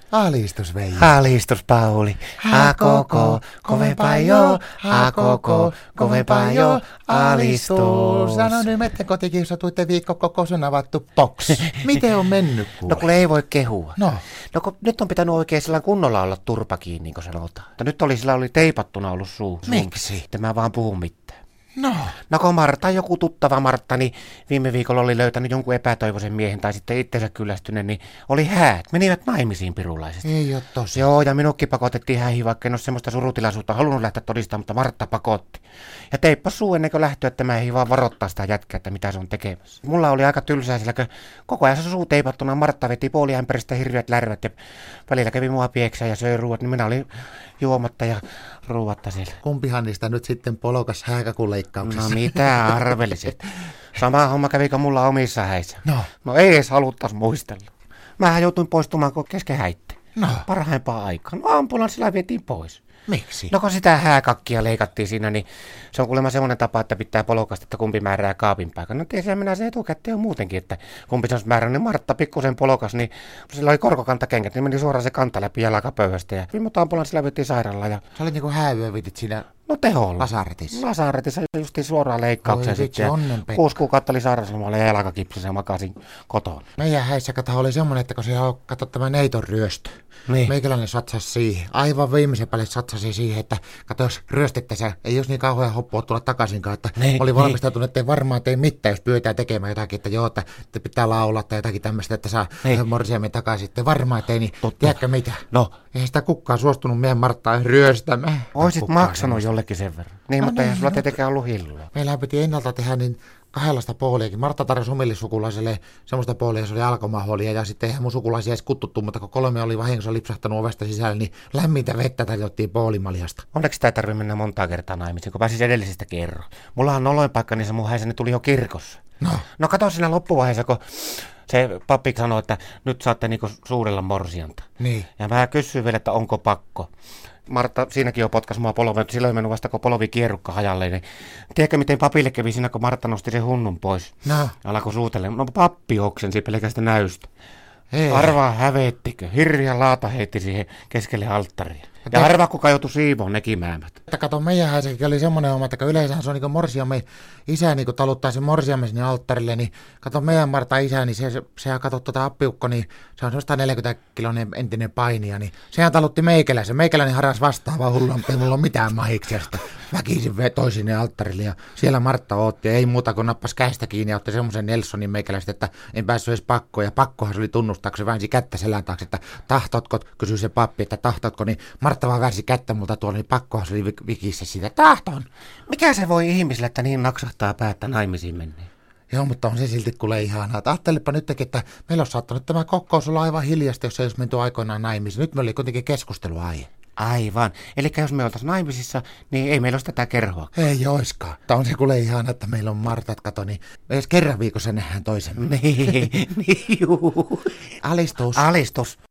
Alistus, Veijo. Alistus, Pauli. A koko, kovempaa jo. A koko, kovempaa jo. Alistus. Sano nyt, mette kotikiusatuitte viikko kokoisen avattu box. Miten on mennyt, kuule? No kun ei voi kehua. No. No kun nyt on pitänyt oikein sillä kunnolla olla turpa kiinni, niin kuin sanotaan. Mutta nyt sillä oli teipattuna ollut suu. Miksi? Että mä vaan puhun mitään. No. Kun Marta, joku tuttava Martta, niin viime viikolla oli löytänyt jonkun epätoivoisen miehen tai sitten itsensä kyllästyneen, niin oli häät. Menivät naimisiin pirulaisesti. Ei oo tosi. Joo, ja minutkin pakotettiin häihin, vaikka en ole semmoista surutilaisuutta halunnut lähteä todistamaan, mutta Martta pakotti. Ja teippas suu ennen kuin lähtöä, että mä ei vaan varoittaa sitä jätkää, että mitä se on tekemässä. Mulla oli aika tylsää, sillä koko ajan se suu teipattuna, Martta veti puoliämpäristä hirveät lärvät ja välillä kävi mua pieksää ja söi ruuat, niin minä olin juomatta ja ruuatta siellä. Kumpihan niistä nyt sitten polokas hääkakun leikkauksessa? No mitä arvelisit? Sama homma kävikö mulla omissa häissä? No ei edes haluttais muistella. Mähän joutuin poistumaan kesken häitteen. No. Parhaimpaan aikaan. No ambulanssilla vietiin pois. Miksi? No kun sitä hääkakkia leikattiin siinä, niin se on kuulemma semmoinen tapa, että pitää polokasta, että kumpi määrää kaapin paikan. No tiesin minä se etukäteen jo muutenkin, että kumpi se olisi määrännyt. Niin Martta pikkusen polokas, niin sillä oli korkokantakengät, niin meni suoraan se kanta läpi jalkapöyhästä. Ja mut ambulanssilla vietiin sairaalaan. Ja... Sä olit niinku hääyövitit siinä No teholla. Lasaretissa. Lasaretissa justiin suoraan leikkaukseen sitten. Ja 6 kuukautta oli sairauslomalla ja jalkakipsissä ja makasin kotona. Meidän häissä oli semmoinen, että kun siellä on tämä neiton ryöstö. Niin. Meikäläinen satsasi siihen. Aivan viimeisen päälle satsasi siihen, että kato, jos ryöstettäisiin, ei olisi niin kauhean hoppua tulla takaisinkaan, että oli valmistautunut, että ei varmaan tee mitään, jos pyydetään tekemään jotakin, että joo, että pitää laulaa tai jotakin tämmöistä, että saa morsiamme takaisin, että varmaan ettei, niin tiedätkö mitä? No. Ei sitä kukaan suostunut meidän Marttaa ryöstämään. Oisit maksanut jollekin sen verran. Niin, mutta eihän sulla tietenkään ollut hilloa. Meillä piti ennalta tehdä niin 2 pooliakin. Martta tarjosi omille sukulaisille semmoista poolia, se oli alkomaholia ja sitten eihän mun sukulaisia edes kutsuttu, mutta kun 3 oli vahingossa lipsahtanut ovesta sisälle, niin lämmintä vettä tarjottiin poolimaljasta. Onneksi sitä ei tarvitse mennä montaa kertaa naimisiin, kun pääsis edellisestä kerran. Mullahan noloin paikka, niin se mun häissäni tuli jo kirkossa. No kato siinä loppuvaiheessa, kun se pappi sanoi, että nyt saatte niinku suurella morsianta. Niin. Ja mä kysyin vielä, että onko pakko. Martta siinäkin jo potkas mua polven, mutta silloin ei mennyt vasta, kun polvi kierrukka hajalleen. Niin, tiedätkö, miten papille kävi siinä, kun Martta nosti sen hunnun pois? No. Alkoi suutelemaan. No pappi oksensi pelkästään näystä. Ei. Arvaa hävettikö. Hirveä laata heitti siihen keskelle alttaria. Ja arvaa, kuka joutui siivoon nekin määmät. Kato, meidän häissäkin oli semmoinen oma, että yleensä se on niin morsiamme isä niin taluttaa sen morsiamme sinne alttarille, niin kato meidän Marta isä, niin sehän kato appiukko, niin se on 140-kiloinen entinen painija, niin sehän talutti meikäläisen. Meikäläinen haras vastaavaa hullua, ei mulla ole mitään mahiksesta. Väkisin toi sinne alttarille ja siellä Martta otti, ei muuta kuin nappas käistä kiinni ja otti semmoisen Nelsonin meikäläistä, että en päässyt edes pakkoon. Ja pakkohan se oli tunnustaa, kun se väänsi kättä selän taakse, että tahtotko, kysyi se pappi, että tahtotko, niin Martta vaan väänsi kättä multa tuolla, niin pakkohan se oli vikissä siitä, tahton. Mikä se voi ihmisille, että niin naksahtaa päättä naimisiin menneen? Joo, mutta on se silti kuule ihanaa. Ajattelepa nytkin, että meillä on saattanut tämä kokous olla aivan hiljasta, jos ei olisi menty aikoinaan naimisiin. Nyt me oli kuitenkin keskusteluaihe. Aivan. Eli jos me oltaisiin naimisissa, niin ei meillä olisi tätä kerhoa. Ei oiskaan. Mutta on se kuule ihana, että meillä on Martat, kato, niin edes kerran viikossa nähdään toisemme. Niin, juu. Alistus. Alistus.